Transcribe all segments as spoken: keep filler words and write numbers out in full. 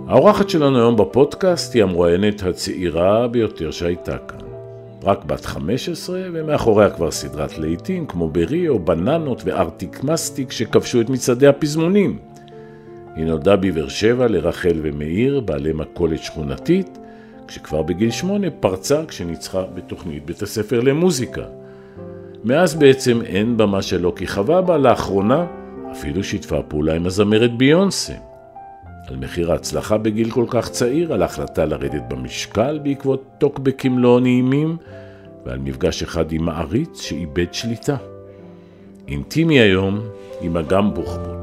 האורחת שלנו היום בפודקאסט היא המרואיינת הצעירה ביותר שהייתה כאן. רק בת חמש עשרה, ומאחוריה כבר סדרת לעיתים כמו ברי או בננות וארטיק מסטיק שכבשו את מצעדי הפזמונים. היא נולדה בבאר שבע לרחל ומאיר, בעלי מכולת שכונתית, כשכבר בגיל שמונה פרצה כשניצחה בתוכנית בית הספר למוזיקה. מאז בעצם אין במה שלא כי חווה בה, לאחרונה אפילו שיתפה פעולה עם הזמרת ביונסה. על מחיר ההצלחה בגיל כל כך צעיר, על ההחלטה לרדת במשקל בעקבות טוקבקים לא נעימים, ועל מפגש אחד עם מעריץ שאיבד שליטה. אינטימי היום עם אגם בוחבוט.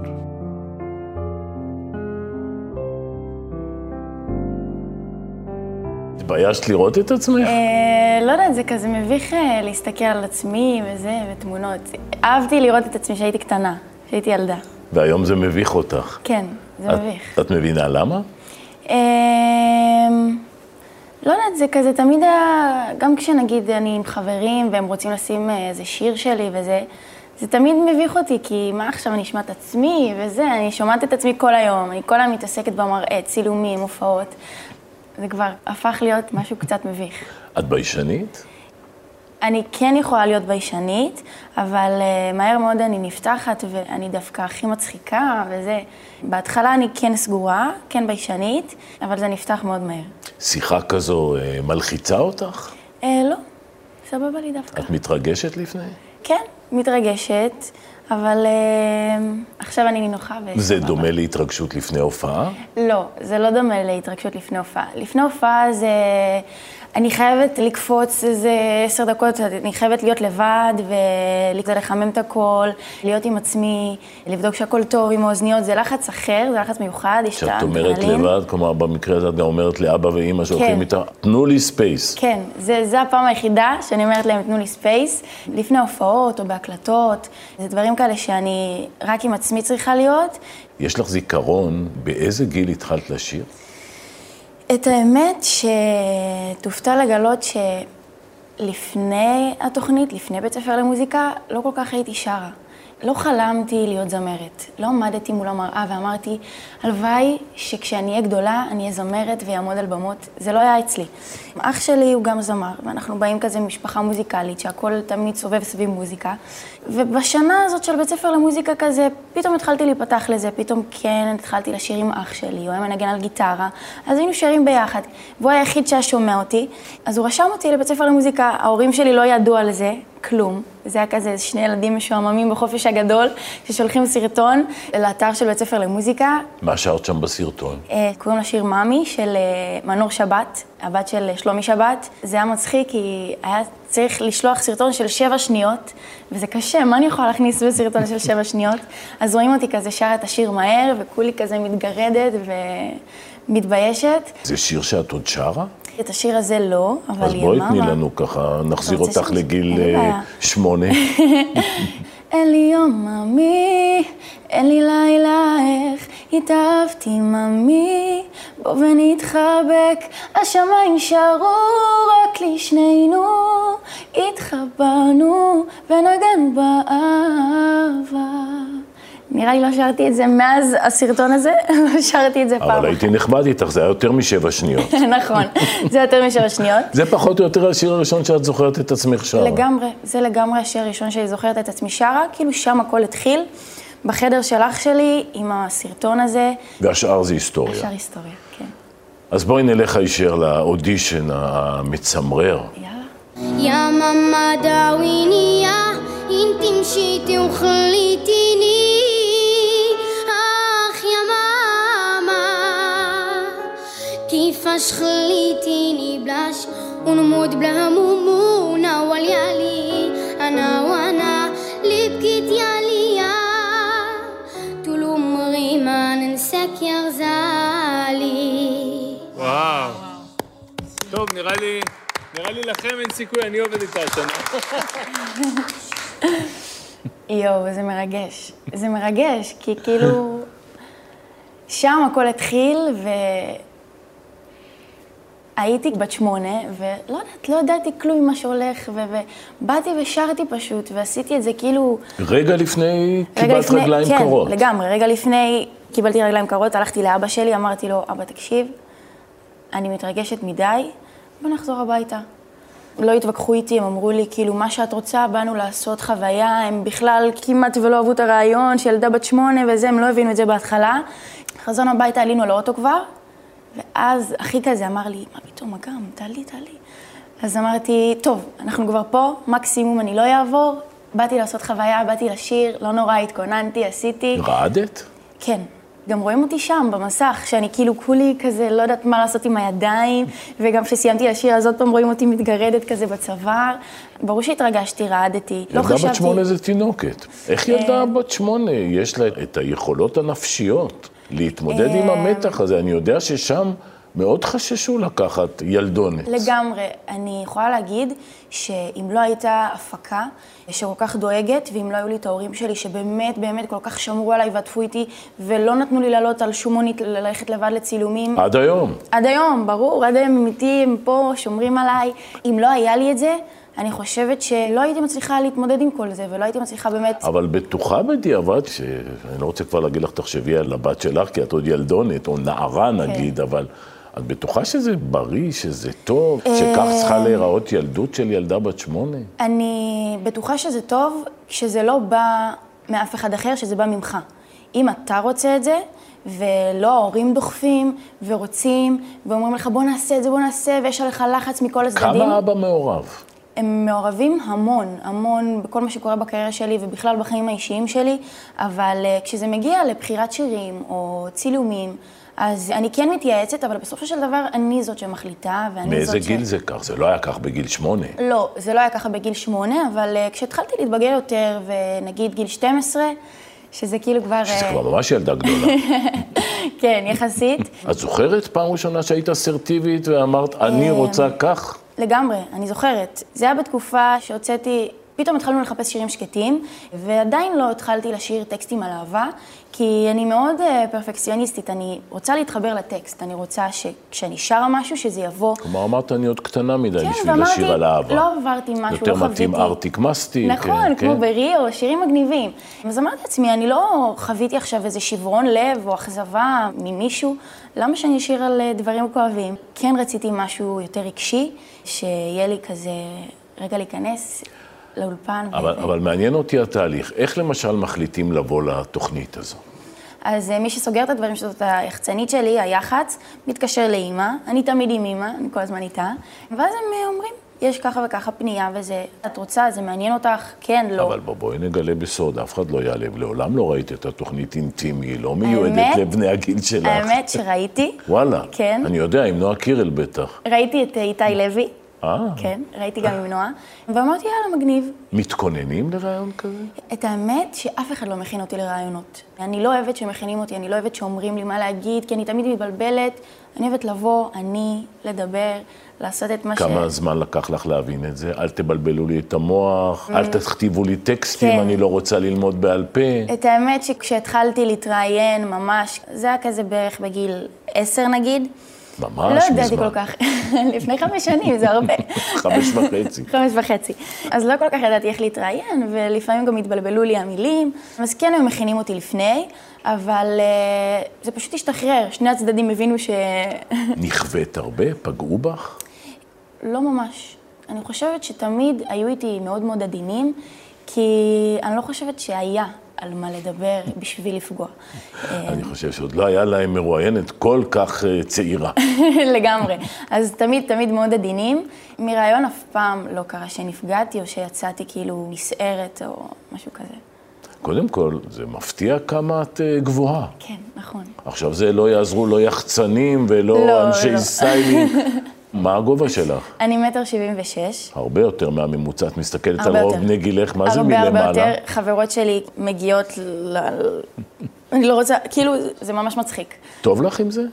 התביישת לראות את עצמך? לא יודעת, זה כזה מביך להסתכל על עצמי וזה, ותמונות. אהבתי לראות את עצמי שהייתי קטנה, שהייתי ילדה. והיום זה מביך אותך. כן, זה מביך. את מבינה למה? לא יודעת, זה כזה תמיד היה, גם כשנגיד אני עם חברים והם רוצים לשים איזה שיר שלי וזה, זה תמיד מביך אותי, כי מה עכשיו אני אשמע את עצמי וזה, אני שומעת את עצמי כל היום, אני כל היום מתעסקת במראה, צילומים, הופעות. זה כבר הפך להיות משהו קצת מביך. את ביישנית? אני כן יכולה להיות ביישנית, אבל uh, מהר מאוד אני נפתחת ואני דווקא הכי מצחיקה וזה. בהתחלה אני כן סגורה, כן ביישנית, אבל זה נפתח מאוד מהר. שיחה כזו uh, מלחיצה אותך? Uh, לא, סבבה לי דווקא. את מתרגשת לפני? כן, מתרגשת, אבל uh, עכשיו אני נינוחה וסבבה. זה דומה להתרגשות לפני הופעה? לא, זה לא דומה להתרגשות לפני הופעה. לפני הופעה זה... אני חייבת לקפוץ איזה עשר דקות, אני חייבת להיות לבד ולחמם את הכל, להיות עם עצמי, לבדוק שהכל טוב עם האוזניות, זה לחץ אחר, זה לחץ מיוחד, יש את האדרנלין. שאת אומרת לבד, כלומר במקרה הזה את גם אומרת לאבא ואמא שהולכים כן. איתה, תנו לי ספייס. כן, זה, זה הפעם היחידה שאני אומרת להם, תנו לי ספייס, לפני הופעות או בהקלטות, זה דברים כאלה שאני רק עם עצמי צריכה להיות. יש לך זיכרון, באיזה גיל התחלת לשיר? את האמת שתופתע לגלות שלפני התוכנית, לפני בית ספר למוזיקה, לא כל כך הייתי שרה. לא חלמתי להיות זמרת. לא עמדתי מול המראה ואמרתי, הלוואי שכשאני אהיה גדולה, אני אהיה זמרת ויעמוד על במות. זה לא היה אצלי. אח שלי הוא גם זמר, ואנחנו באים כזה ממשפחה מוזיקלית, שהכל תמיד סובב סביב מוזיקה. ובשנה הזאת של בית ספר למוזיקה כזה, פתאום התחלתי להיפתח לזה, פתאום כן התחלתי לשיר עם אח שלי, הוא היה מנגן על גיטרה, אז היינו שרים ביחד, והוא היחיד שהיה שומע אותי, אז הוא רשם אותי לבית ספר למוזיקה, ההורים שלי לא ידעו על זה, כלום. זה היה כזה שני ילדים משועממים בחופש הגדול, ששולחים סרטון לאתר של בית ספר למוזיקה. מה שרת שם בסרטון? קוראים לשיר מאמי של מנור שבת, הבת של שלומי שבת. זה היה מצחיק כי היה צריך לשלוח סרטון של שבע שניות, וזה קשה, מה אני יכולה להכניס בסרטון של שבע שניות? אז רואים אותי כזה שר את השיר מהר, וכולי כזה מתגרדת ומתביישת. זה שיר שאת עוד שרה? את השיר הזה לא, אבל אז בואי תני לנו ככה, נחזיר אותך לגיל שמונה. אין לי יום ממי, אין לי לילה, איך התאהבתי ממי, בוא ונתחבק, השמיים שרו רק לשנינו, התחברנו ונגענו באהבה. נראה לי לא שרתי את זה מאז הסרטון הזה, לא שרתי את זה פעם אחת. אבל הייתי נחמד איתך, זה היה יותר משבע שניות. נכון, זה יותר משבע שניות. זה פחות או יותר השיר הראשון שאת זוכרת את עצמך שרה. לגמרי, זה לגמרי השיר הראשון שאני זוכרת את עצמי שרה, כאילו שם הכל התחיל, בחדר של אח שלי עם הסרטון הזה. והשאר זה היסטוריה. השאר היסטוריה, כן. אז בואי נלך הישר לאודישן המצמרר. יאללה. يا ماما داويني يا انتي مشيتي وخليتيني اخ يا ماما كيفاش خليتيني بلاش ونموت بلا هموم وناول يالي انا وانا اللي بكيت ياليا طول عمري ما ننساك يا غزالي. וואו. טוב, נראה לי נראה לי לכם אין סיכוי, אני עובד איתה השנה. יואו, זה מרגש. זה מרגש, כי כאילו... שם הכל התחיל, ו... הייתי בת שמונה, ולא יודעת, לא ידעתי כלום ממה שהולך, ובאתי ושרתי פשוט, ועשיתי את זה כאילו... רגע לפני קיבלת רגליים קרות. כן, לגמרי, רגע לפני קיבלתי רגליים קרות, הלכתי לאבא שלי, אמרתי לו, אבא תקשיב, אני מתרגשת מדי, בוא נחזור הביתה. לא התווכחו איתי, הם אמרו לי, כאילו, מה שאת רוצה, באנו לעשות חוויה, הם בכלל כמעט ולא אהבו את הרעיון, שילדה בת שמונה וזה, הם לא הבינו את זה בהתחלה. חזרנו הביתה, עלינו לאוטו כבר, ואז אחי כזה אמר לי, מה פתאום, אגם, תעלי, תעלי. אז אמרתי, טוב, אנחנו כבר פה, מקסימום אני לא אעבור, באתי לעשות חוויה, באתי לשיר, לא נורא התכוננתי, עשיתי. רעדת? כן. גם רואים אותי שם, במסך, שאני כאילו כולי כזה, לא יודעת מה לעשות עם הידיים, וגם כשסיימתי לשיר, אז עוד פעם רואים אותי מתגרדת כזה בצוואר. ברור שהתרגשתי, רעדתי, לא חשבתי... ילדה בת שמונה זה תינוקת. איך ילדה בת שמונה? יש לה את היכולות הנפשיות להתמודד עם המתח הזה. אני יודע ששם מאוד חששו לקחת ילדונת. לגמרי. אני יכולה להגיד שאם לא הייתה הפקה שכל כך דואגת, ואם לא היו לי את ההורים שלי שבאמת, באמת כל כך שמרו עליי ועטפו איתי, ולא נתנו לי לעלות על שום מונית ללכת לבד לצילומים. עד היום. עד היום, ברור. עד היום הם איתי, הם פה, שומרים עליי. אם לא היה לי את זה, אני חושבת שלא הייתי מצליחה להתמודד עם כל זה, ולא הייתי מצליחה באמת... אבל בטוחה בדיעבד, שאני לא רוצה כבר להגיד לך, תחשבי על הבת שלך, כי את עוד ילדונת, או נערה נגיד, אבל... את בטוחה שזה בריא, שזה טוב, שכך צריכה להיראות ילדות של ילדה בת שמונה? אני בטוחה שזה טוב, כשזה לא בא מאף אחד אחר, שזה בא ממך. אם אתה רוצה את זה, ולא ההורים דוחפים ורוצים, ואומרים לך בוא נעשה את זה, בוא נעשה, ויש עליך לחץ מכל הצדדים. כמה אבא מעורב? הם מעורבים המון, המון בכל מה שקורה בקריירה שלי ובכלל בחיים האישיים שלי, אבל כשזה מגיע לבחירת שירים או צילומים, אז אני כן מתייעצת, אבל בסופו של דבר אני זאת שמחליטה, ואני זאת ש... מאיזה גיל זה כך? זה לא היה כך בגיל שמונה. לא, זה לא היה ככה בגיל שמונה, אבל כשהתחלתי להתבגר יותר, ונגיד גיל שתים עשרה, שזה כאילו כבר... שזה כבר ממש ילדה גדולה. כן, יחסית. את זוכרת פעם ראשונה שהיית אסרטיבית ואמרת, אני רוצה כך? לגמרי, אני זוכרת. זה היה בתקופה שהוצאתי... פתאום התחלנו לחפש שירים שקטים, ועדיין לא התחלתי לשיר טקסטים על אהבה, כי אני מאוד פרפקציוניסטית, אני רוצה להתחבר לטקסט, אני רוצה שכשאני שרה משהו, שזה יבוא... כלומר, אמרת, אני עוד קטנה מדי בשביל לשיר על אהבה. לא עברתי משהו, לא חוויתי. יותר מתאים ארטיק מסטיק. נכון, כמו ברי או שירים מגניבים. אז אמרתי לעצמי, אני לא חוויתי עכשיו איזה שברון לב או אכזבה ממישהו, למה שאני אשיר על דברים כואבים? כן רציתי משהו יותר רגשי, שיהיה לי כזה רגע להיכנס... לאולפן. אבל, ו... אבל מעניין אותי התהליך. איך למשל מחליטים לבוא לתוכנית הזו? אז מי שסוגר את הדברים שזאת היחצנית שלי, היחץ, מתקשר לאמא, אני תמיד עם אמא, אני כל הזמן איתה, ואז הם אומרים, יש ככה וככה פנייה וזה, את רוצה, זה מעניין אותך, כן, לא. אבל בוא, בואי נגלה בסוד, אף אחד לא יעלה, לעולם לא ראיתי את התוכנית אינטימי, לא מיועדת האמת, לבני הגיל שלך. האמת שראיתי. וואלה. כן. אני יודע, עם נועה קירל בטח. ראיתי את איתי לוי. אה. כן, ראיתי גם עם נועה, ואמרתי, יאללה, מגניב. מתכוננים לרעיון כזה? את האמת שאף אחד לא מכין אותי לרעיונות. אני לא אוהבת שמכינים אותי, אני לא אוהבת שאומרים לי מה להגיד, כי אני תמיד מתבלבלת. אני אוהבת לבוא, אני, לדבר, לעשות את מה ש... כמה זמן לקח לך להבין את זה? אל תבלבלו לי את המוח, אל תכתיבו לי טקסטים, אני לא רוצה ללמוד בעל פה. את האמת שכשהתחלתי להתראיין ממש, זה היה כזה בערך בגיל עשר נגיד, ממש מזמן. לא ידעתי כל כך, לפני חמש שנים, זה הרבה. חמש וחצי. חמש וחצי. אז לא כל כך ידעתי איך להתראיין, ולפעמים גם התבלבלו לי המילים. אז כן, הם מכינים אותי לפני, אבל uh, זה פשוט השתחרר. שני הצדדים הבינו ש... נכווית הרבה? פגעו בך? לא ממש. אני חושבת שתמיד היו איתי מאוד מאוד עדינים, כי אני לא חושבת שהיה על מה לדבר בשביל לפגוע. אני חושב שעוד לא היה להם מרואיינת כל כך צעירה. לגמרי. אז תמיד, תמיד מאוד עדינים. מרעיון אף פעם לא קרה שנפגעתי או שיצאתי כאילו נסערת או משהו כזה. קודם כל, זה מפתיע כמה את גבוהה. כן, נכון. עכשיו זה לא יעזרו לא יחצנים ולא לא, אנשי לא. סטיילים. מה הגובה שלך? אני מטר שבעים ושש. הרבה יותר מהממוצע. את מסתכלת על רוב בני גילך, מה זה מלמעלה? הרבה הרבה יותר. חברות שלי מגיעות ל... אני לא רוצה, כאילו, זה ממש מצחיק. טוב לך עם זה?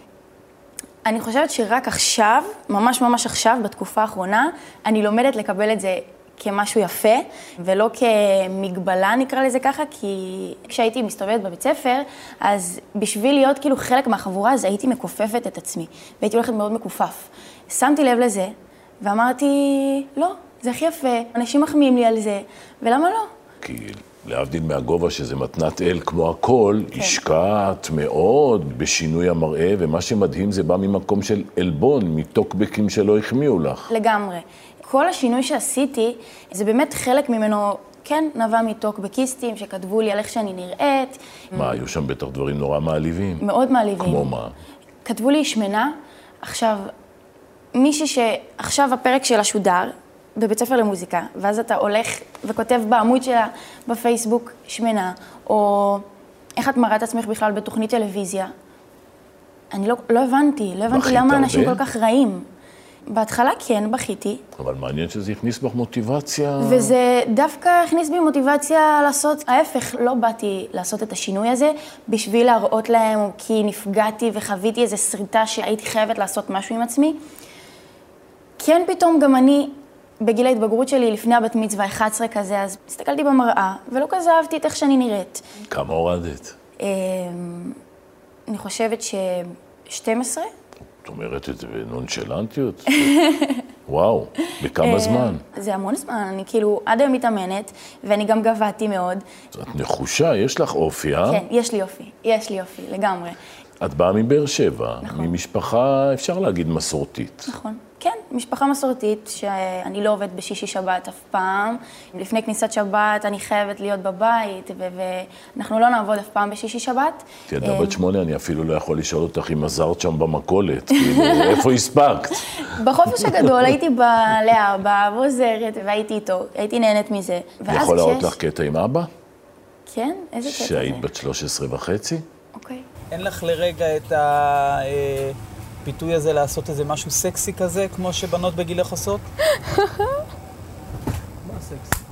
אני חושבת שרק עכשיו, ממש ממש עכשיו, בתקופה האחרונה, אני לומדת לקבל את זה כמשהו יפה, ולא כמגבלה נקרא לזה ככה, כי כשהייתי מסתובבת בבית ספר, אז בשביל להיות כאילו חלק מהחבורה, אז הייתי מכופפת את עצמי, והייתי הולכת מאוד מכופף. שמתי לב לזה, ואמרתי, לא, זה הכי יפה, אנשים מחמיאים לי על זה, ולמה לא? כי להבדיל מהגובה שזה מתנת אל כמו הכל, כן. השקעת מאוד בשינוי המראה, ומה שמדהים זה בא ממקום של אלבון, מטוקבקים שלא החמיאו לך. לגמרי. כל השינוי שעשיתי, זה באמת חלק ממנו, כן, נבע מטוקבקיסטים שכתבו לי על איך שאני נראית. מה, היו שם בטח דברים נורא מעליבים? מאוד מעליבים. כמו מה? כתבו לי שמנה, עכשיו, מישהי שעכשיו הפרק שלה שודר, בבית ספר למוזיקה, ואז אתה הולך וכותב בעמוד שלה בפייסבוק שמנה, או איך את מראה את עצמך בכלל בתוכנית טלוויזיה. אני לא, לא הבנתי, לא הבנתי למה אנשים כל כך רעים. בהתחלה כן, בכיתי. אבל מעניין שזה הכניס בך מוטיבציה. וזה דווקא הכניס בי מוטיבציה לעשות, ההפך, לא באתי לעשות את השינוי הזה, בשביל להראות להם, או כי נפגעתי וחוויתי איזו שריטה שהייתי חייבת לעשות משהו עם עצמי. כן, פתאום גם אני, בגיל ההתבגרות שלי, לפני הבת מצווה אחת עשרה כזה, אז הסתכלתי במראה, ולא כזה אהבתי את איך שאני נראית. כמה הורדת? אני חושבת ש-שתים עשרה. את אומרת את זה בנונשלנטיות? וואו, בכמה זמן? זה המון זמן, אני כאילו עד היום מתאמנת, ואני גם גבעתי מאוד. את נחושה, יש לך אופי, אה? כן, יש לי אופי, יש לי אופי, לגמרי. את באה מבאר שבע, נכון. ממשפחה, אפשר להגיד, מסורתית. נכון. כן, משפחה מסורתית שאני לא עובדת בשישי שבת אף פעם. לפני כניסת שבת אני חייבת להיות בבית, ואנחנו לא נעבוד אף פעם בשישי שבת. תדע בת שמונה, אני אפילו לא יכול לשאול אותך אם עזרת שם במכולת, כאילו, איפה הספקת? בחופש הגדול הייתי באה לאבא ועוזרת, והייתי איתו, הייתי נהנית מזה. יכול להראות לך קטע עם אבא? כן, איזה קטע זה? שהיית בת שלוש עשרה וחצי? אוקיי. אין לך לרגע את הפיתוי הזה לעשות איזה משהו סקסי כזה, כמו שבנות בגילך עושות? מה סקסי?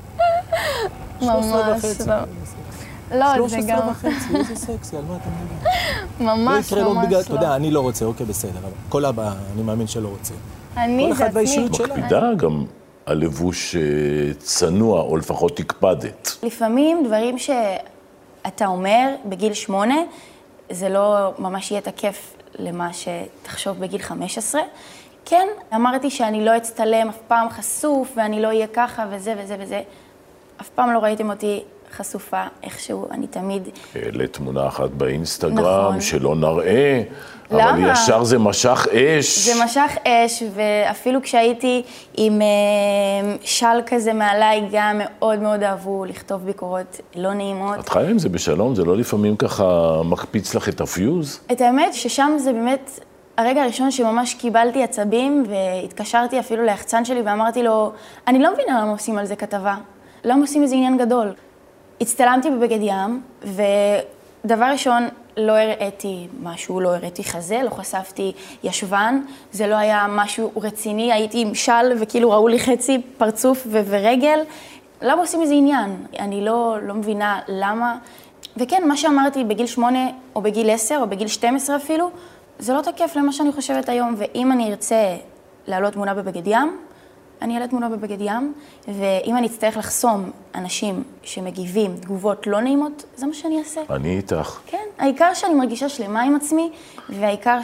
ממש לא. לא, זה גם... שלוש עשרה וחצי, איזה סקסי, על מה אתה מדבר? ממש, ממש לא. אתה יודע, אני לא רוצה, אוקיי, בסדר, אבל כל הבא, אני מאמין שלא רוצה. אני כל אחד בעצמי. באישיות שלה. מקפידה גם הלבוש צנוע, או לפחות תקפדת. לפעמים דברים שאתה אומר בגיל שמונה, זה לא ממש יהיה תקף למה שתחשוב בגיל חמש עשרה. כן, אמרתי שאני לא אצטלם אף פעם חשוף, ואני לא אהיה ככה וזה וזה וזה. אף פעם לא ראיתם אותי חשופה איכשהו, אני תמיד... לתמונה אחת באינסטגרם, נכון. שלא נראה, למה? אבל ישר זה משך אש. זה משך אש, ואפילו כשהייתי עם של כזה מעליי, גם מאוד מאוד אהבו לכתוב ביקורות לא נעימות. את חיה עם זה בשלום? זה לא לפעמים ככה מקפיץ לך את הפיוז? את האמת ששם זה באמת הרגע הראשון שממש קיבלתי עצבים, והתקשרתי אפילו ליחצן שלי ואמרתי לו, אני לא מבינה למה עושים על זה כתבה, למה עושים איזה עניין גדול. הצטלמתי בבגד ים, ודבר ראשון, לא הראיתי משהו, לא הראיתי חזה, לא חשפתי ישבן, זה לא היה משהו רציני, הייתי עם של וכאילו ראו לי חצי פרצוף ו- ורגל. למה עושים איזה עניין? אני לא, לא מבינה למה. וכן, מה שאמרתי בגיל שמונה או בגיל עשר או בגיל שתים עשרה אפילו, זה לא תקף למה שאני חושבת היום, ואם אני ארצה להעלות תמונה בבגד ים, אני אעלה תמונה בבגד ים, ואם אני אצטרך לחסום אנשים שמגיבים תגובות לא נעימות, זה מה שאני אעשה. אני איתך. כן, העיקר שאני מרגישה שלמה עם עצמי, והעיקר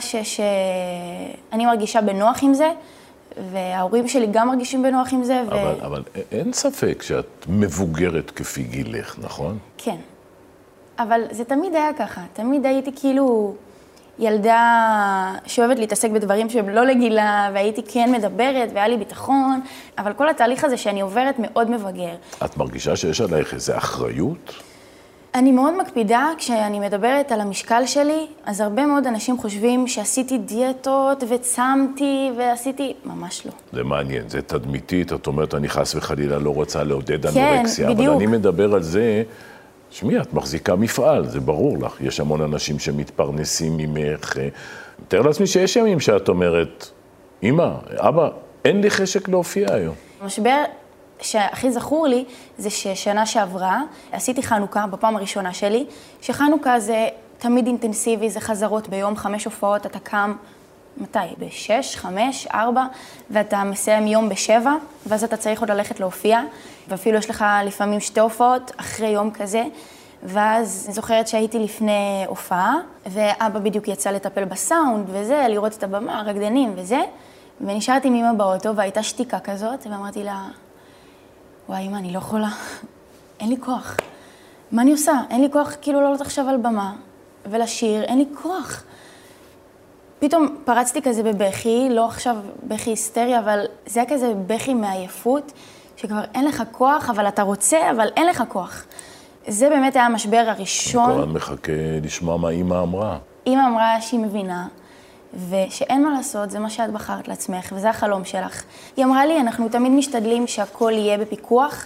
שאני מרגישה בנוח עם זה, וההורים שלי גם מרגישים בנוח עם זה. ו... אבל, אבל אין ספק שאת מבוגרת כפי גילך, נכון? כן, אבל זה תמיד היה ככה, תמיד הייתי כאילו... ילדה שאוהבת להתעסק בדברים שהם לא לגילה, והייתי כן מדברת, והיה לי ביטחון, אבל כל התהליך הזה שאני עוברת מאוד מבגר. את מרגישה שיש עלייך איזו אחריות? אני מאוד מקפידה, כשאני מדברת על המשקל שלי, אז הרבה מאוד אנשים חושבים שעשיתי דיאטות וצמתי ועשיתי, ממש לא. זה מעניין, זה תדמיתית, את אומרת, אני חס וחלילה לא רוצה לעודד כן, אנורקסיה, בדיוק. אבל אני מדבר על זה, שמי, את מחזיקה מפעל, זה ברור לך. יש המון אנשים שמתפרנסים ממך. מתאר לעצמי שיש ימים שאת אומרת, אמא, אבא, אין לי חשק להופיע היום. המשבר שהכי זכור לי זה ששנה שעברה, עשיתי חנוכה בפעם הראשונה שלי, שחנוכה זה תמיד אינטנסיבי, זה חזרות ביום, חמש הופעות, אתה קם, מתי? בשש, חמש, ארבע, ואתה מסיים יום בשבע, ואז אתה צריך עוד ללכת להופיע, ואפילו יש לך לפעמים שתי הופעות אחרי יום כזה, ואז אני זוכרת שהייתי לפני הופעה, ואבא בדיוק יצא לטפל בסאונד וזה, לראות את הבמה, הרקדנים וזה, ונשארתי עם אמא באוטו, והייתה שתיקה כזאת, ואמרתי לה, וואי, אמא, אני לא יכולה. אין לי כוח. מה אני עושה? אין לי כוח כאילו לא לחשוב על במה, ולשיר, אין לי כוח. פתאום פרצתי כזה בבכי, לא עכשיו בכי היסטרי, אבל זה היה כזה בכי מעייפות, שכבר אין לך כוח, אבל אתה רוצה, אבל אין לך כוח. זה באמת היה המשבר הראשון. אני כבר מחכה לשמוע מה אמא אמרה. אמא אמרה שהיא מבינה, ושאין מה לעשות, זה מה שאת בחרת לעצמך, וזה החלום שלך. היא אמרה לי, אנחנו תמיד משתדלים שהכל יהיה בפיקוח,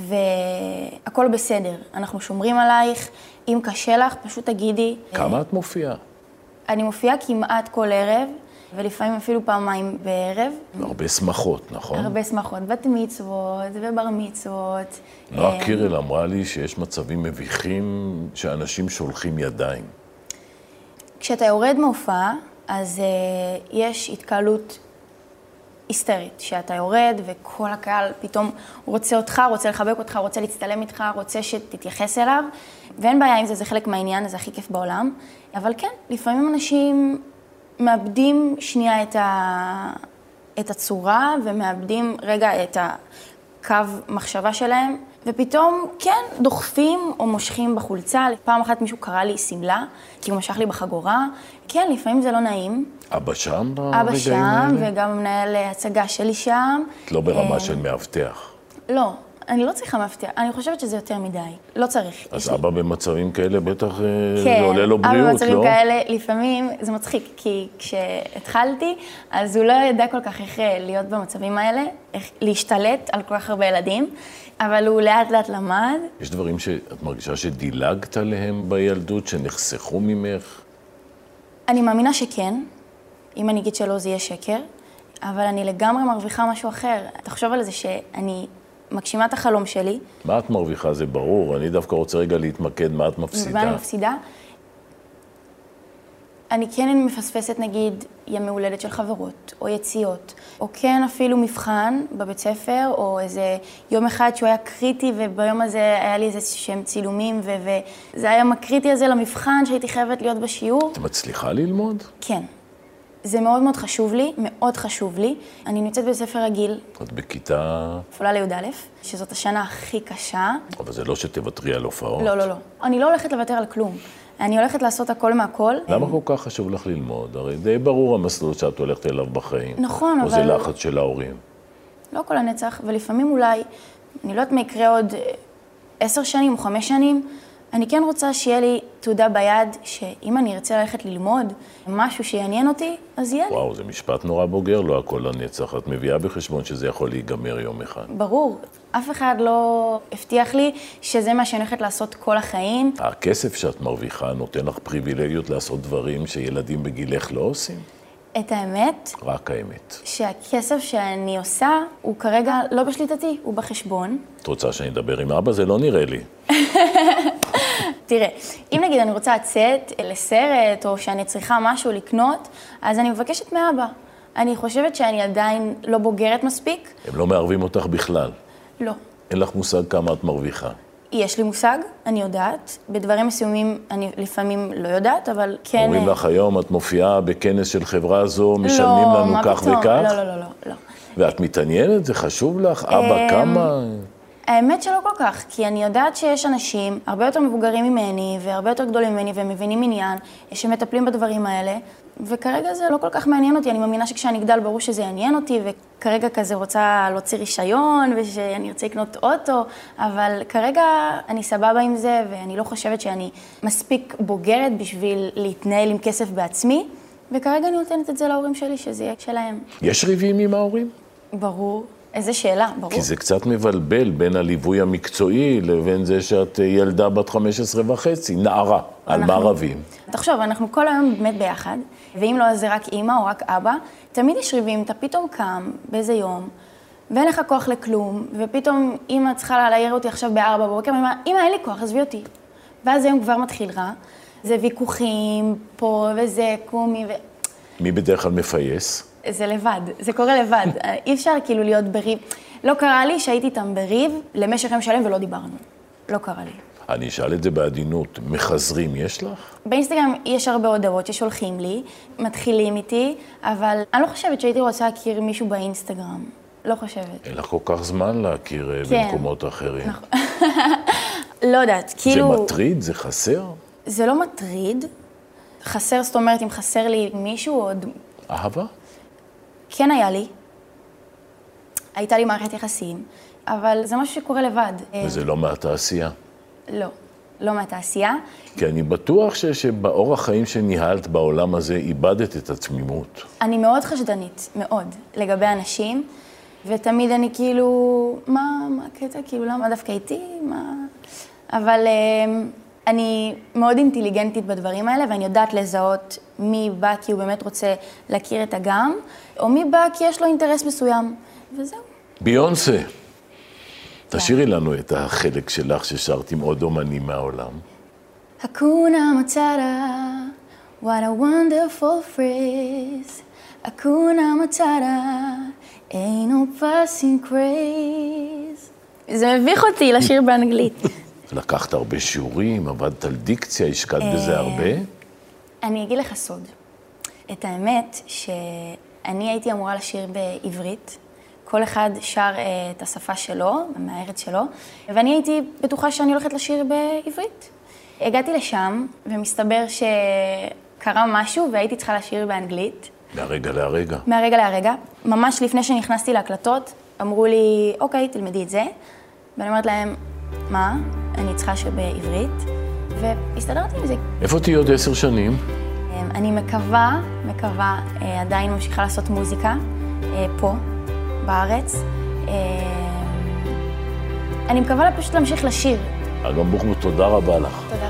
והכל בסדר. אנחנו שומרים עלייך, אם קשה לך, פשוט תגידי. כמה את מופיעה? אני מופיעה כמעט כל ערב, ולפעמים אפילו פעמיים בערב. הרבה שמחות, נכון? הרבה שמחות, בת מצוות ובר מצוות. נועה קירל אמרה לי שיש מצבים מביכים שאנשים שולחים ידיים. כשאתה יורד מהופעה, אז uh, יש התקהלות היסטרית, שאתה יורד וכל הקהל פתאום רוצה אותך, רוצה לחבק אותך, רוצה להצטלם איתך, רוצה שתתייחס אליו, ואין בעיה עם זה, זה חלק מהעניין, זה הכי כיף בעולם. אבל כן, לפעמים אנשים מאבדים שנייה את, ה... את הצורה, ומאבדים רגע את הקו מחשבה שלהם, ופתאום, כן, דוחפים או מושכים בחולצה. פעם אחת מישהו קרא לי סמלה, כי הוא משך לי בחגורה. כן, לפעמים זה לא נעים. אבא שם ברגעים האלה? אבא שם, וגם מנהל הצגה שלי שם. את לא ברמה של מאבטח. לא, אני לא צריכה מאבטח. אני חושבת שזה יותר מדי. לא צריך. אז אבא במצבים כאלה בטח זה עולה לו בריאות, לא? כן, אבא במצבים כאלה, לפעמים זה מצחיק, כי כשהתחלתי, אז הוא לא ידע כל כך איך להיות במצבים האלה, איך להשתלט על כל כך הרבה ילדים. אבל הוא לאט לאט למד. יש דברים שאת מרגישה שדילגת עליהם בילדות, שנחסכו ממך? אני מאמינה שכן. אם אני אגיד שלא, זה יהיה שקר. אבל אני לגמרי מרוויחה משהו אחר. תחשוב על זה שאני מגשימה את החלום שלי. מה את מרוויחה? זה ברור. אני דווקא רוצה רגע להתמקד מה את מפסידה. מה אני מפסידה? אני כן מפספסת, נגיד, ימי הולדת של חברות, או יציאות, או כן אפילו מבחן בבית ספר, או איזה יום אחד שהוא היה קריטי, וביום הזה היה לי איזה שהם צילומים, וזה היה הקריטי הזה למבחן שהייתי חייבת להיות בשיעור. את מצליחה ללמוד? כן. זה מאוד מאוד חשוב לי, מאוד חשוב לי. אני נמצאת בספר רגיל. את בכיתה... אפולה לי"א, שזאת השנה הכי קשה. אבל זה לא שתוותרי על הופעות. לא, לא, לא. אני לא הולכת לוותר על כלום. אני הולכת לעשות הכל מהכל. למה כל כך חשוב לך ללמוד? הרי די ברור המסלול שאת הולכת אליו בחיים. נכון, אבל... או זה לחץ של ההורים. לא כל הנצח, ולפעמים אולי, אני לא יודעת מה יקרה עוד עשר שנים או חמש שנים, אני כן רוצה שיהיה לי תעודה ביד, שאם אני ארצה ללכת ללמוד משהו שיעניין אותי, אז יהיה לי. וואו, זה משפט נורא בוגר, לא הכל הנצח. את מביאה בחשבון שזה יכול להיגמר יום אחד. ברור. אף אחד לא הבטיח לי שזה מה שאני הולכת לעשות כל החיים. הכסף שאת מרוויחה נותן לך פריבילגיות לעשות דברים שילדים בגילך לא עושים? את האמת, רק האמת. שהכסף שאני עושה הוא כרגע לא בשליטתי, הוא בחשבון. את רוצה שאני אדבר עם אבא? זה לא נראה לי. תראה, אם נגיד אני רוצה לצאת לסרט או שאני צריכה משהו לקנות, אז אני מבקשת מאבא. אני חושבת שאני עדיין לא בוגרת מספיק. הם לא מערבים אותך בכלל? לא. אין לך מושג כמה את מרוויחה? יש לי מושג, אני יודעת. בדברים מסוימים אני לפעמים לא יודעת, אבל כן... אומרים לך היום, את מופיעה בכנס של חברה זו, משלמים לא, לנו כך פתאום? וכך? לא, לא, לא, לא, לא. ואת מתעניינת? זה חשוב לך? אבא, כמה? האמת שלא כל כך, כי אני יודעת שיש אנשים הרבה יותר מבוגרים ממני והרבה יותר גדולים ממני והם מבינים עניין, שמטפלים בדברים האלה, וכרגע זה לא כל כך מעניין אותי. אני מאמינה שכשאני אגדל ברור שזה יעניין אותי, וכרגע כזה רוצה להוציא רישיון ושאני ארצה לקנות אוטו, אבל כרגע אני סבבה עם זה, ואני לא חושבת שאני מספיק בוגרת בשביל להתנהל עם כסף בעצמי, וכרגע אני נותנת את זה להורים שלי, שזה יהיה שלהם. יש ריבים עם ההורים? ברור. איזה שאלה, ברור. כי זה קצת מבלבל בין הליווי המקצועי לבין זה שאת ילדה בת חמש עשרה וחצי, נערה, על מה רבים. תחשוב, אנחנו כל היום באמת ביחד, ואם לא, אז זה רק אמא או רק אבא, תמיד יש ריבים, אתה פתאום קם באיזה יום, ואין לך כוח לכלום, ופתאום אמא צריכה להעיר אותי עכשיו בארבע בבוקר, ואני אומרת, אמא, אין לי כוח, עזבי אותי. ואז היום כבר מתחיל רע, זה ויכוחים פה וזה, קומי ו... מי בדרך כלל מפייס? זה לבד, זה קורה לבד. אי אפשר כאילו להיות בריב. לא קרה לי שהייתי איתם בריב למשך יום שלם ולא דיברנו. לא קרה לי. אני אשאל את זה בעדינות, מחזרים יש לך? באינסטגרם יש הרבה הודעות ששולחים לי, מתחילים איתי, אבל אני לא חושבת שהייתי רוצה להכיר מישהו באינסטגרם. לא חושבת. אין לך כל כך זמן להכיר כן. במקומות אחרים. נכון. לא יודעת, כאילו... זה מטריד? זה חסר? זה לא מטריד. חסר, זאת אומרת, אם חסר לי מישהו עוד... אהבה? כן היה לי. הייתה לי מערכת יחסים, אבל זה משהו שקורה לבד. וזה לא מהתעשייה? לא, לא מהתעשייה. כי אני בטוח ש, שבאורח חיים שניהלת בעולם הזה, איבדת את התמימות. אני מאוד חשדנית, מאוד, לגבי אנשים, ותמיד אני כאילו, מה, מה הקטע? כאילו, למה דווקא איתי? מה... אבל אני מאוד אינטליגנטית בדברים האלה, ואני יודעת לזהות מי בא כי הוא באמת רוצה להכיר את הגם, או מי בא כי יש לו אינטרס מסוים, וזהו. ביונסה. תשאירי לנו את החלק שלך ששרת עם עוד אומנים מהעולם. Hakuna Matata, what a wonderful phrase. Hakuna Matata, ain't no passing craze. זה מביך אותי לשיר באנגלית. לקחת הרבה שיעורים, עבדת על דיקציה, השקעת בזה הרבה? אני אגיד לך סוד. את האמת שאני הייתי אמורה לשיר בעברית, כל אחד שר את השפה שלו, מהארץ שלו, ואני הייתי בטוחה שאני הולכת לשיר בעברית. הגעתי לשם, ומסתבר שקרה משהו, והייתי צריכה לשיר באנגלית. מהרגע להרגע. מהרגע להרגע. ממש לפני שנכנסתי להקלטות, אמרו לי, אוקיי, תלמדי את זה. ואני אומרת להם, מה? אני צריכה לשיר בעברית, והסתדרתי עם זה. איפה תהיי עוד עשר שנים? אני מקווה, מקווה, עדיין ממשיכה לעשות מוזיקה, פה. בארץ. אני מקווה פשוט להמשיך לשיר. אגם בוחבוט, תודה רבה לך. תודה.